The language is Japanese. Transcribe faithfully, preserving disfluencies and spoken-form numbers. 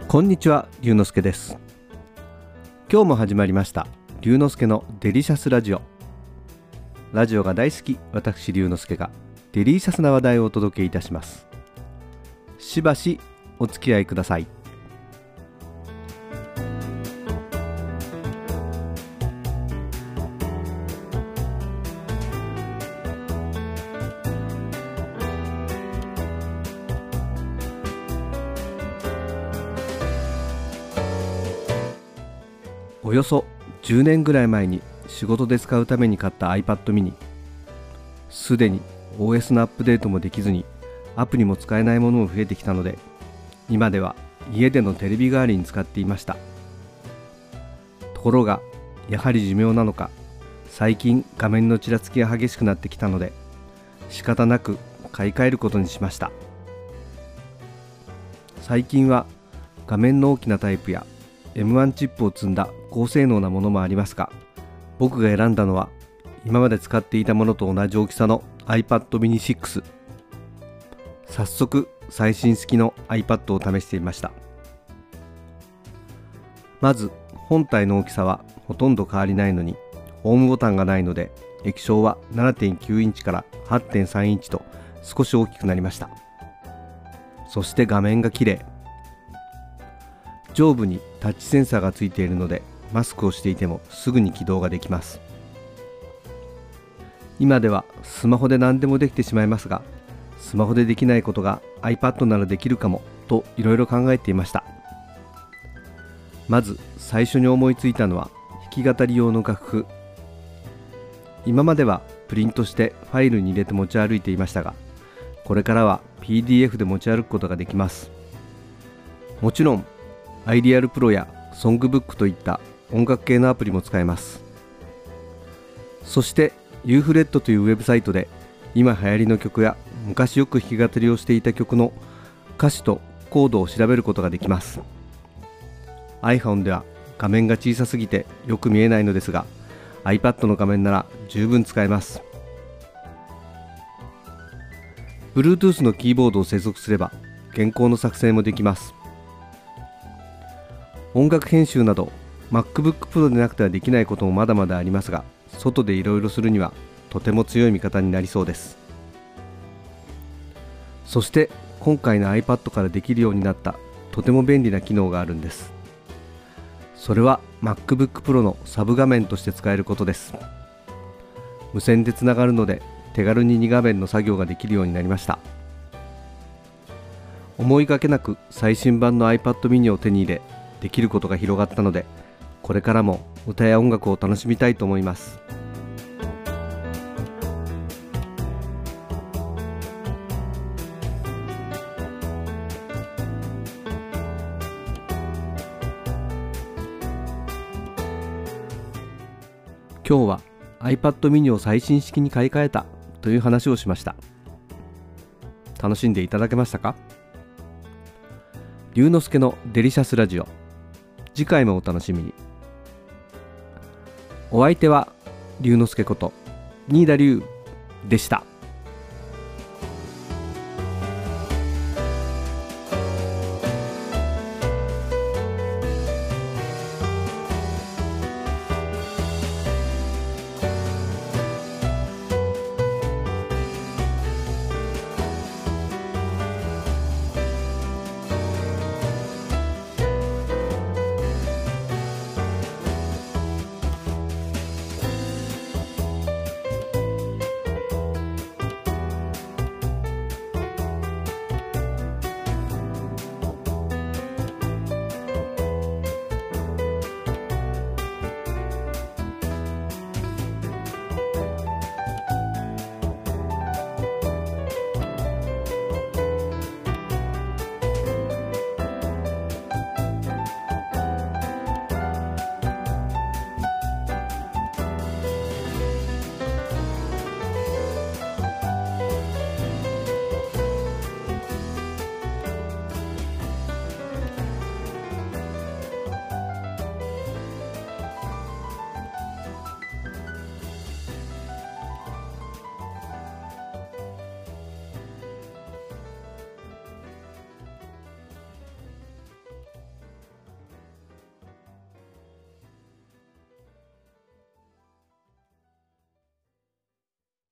こんにちは、龍之介です。今日も始まりました龍之介のデリシャスラジオ。ラジオが大好き私龍之介がデリシャスな話題をお届けいたします。しばしお付き合いください。およそじゅうねんぐらい前に仕事で使うために買った iPad mini。 すでに オーエス のアップデートもできずにアプリも使えないものも増えてきたので、今では家でのテレビ代わりに使っていました。ところがやはり寿命なのか、最近画面のちらつきが激しくなってきたので仕方なく買い替えることにしました。最近は画面の大きなタイプや エムワン チップを積んだ高性能なものもありますが、僕が選んだのは今まで使っていたものと同じ大きさの iPad mini シックス。早速最新式の iPad を試してみました。まず本体の大きさはほとんど変わりないのに、ホームボタンがないので液晶は ななてんきゅう インチから はちてんさん インチと少し大きくなりました。そして画面が綺麗。上部にタッチセンサーがついているので、マスクをしていてもすぐに起動ができます。今ではスマホで何でもできてしまいますが、スマホでできないことが iPad ならできるかもといろいろ考えていました。まず最初に思いついたのは弾き語り用の楽譜。今まではプリントしてファイルに入れて持ち歩いていましたが、これからは ピーディーエフ で持ち歩くことができます。もちろんアイリアルプロやソングブックといった音楽系のアプリも使えます。そしてユーフレットというウェブサイトで今流行りの曲や昔よく弾き語りをしていた曲の歌詞とコードを調べることができます。 iPhone では画面が小さすぎてよく見えないのですが、 iPad の画面なら十分使えます。 Bluetooth のキーボードを接続すれば原稿の作成もできます。音楽編集など MacBook Pro でなくてはできないこともまだまだありますが、外でいろいろするにはとても強い味方になりそうです。そして今回の iPad からできるようになったとても便利な機能があるんです。それは MacBook Pro のサブ画面として使えることです。無線でつながるので手軽にに画面の作業ができるようになりました。思いがけなく最新版の iPad mini を手に入れ、できることが広がったので、これからも歌や音楽を楽しみたいと思います。今日は iPad mini を最新式に買い替えたという話をしました。楽しんでいただけましたか？龍之介のデリシャスラジオ、次回もお楽しみに。お相手は龍之介こと新田龍でした。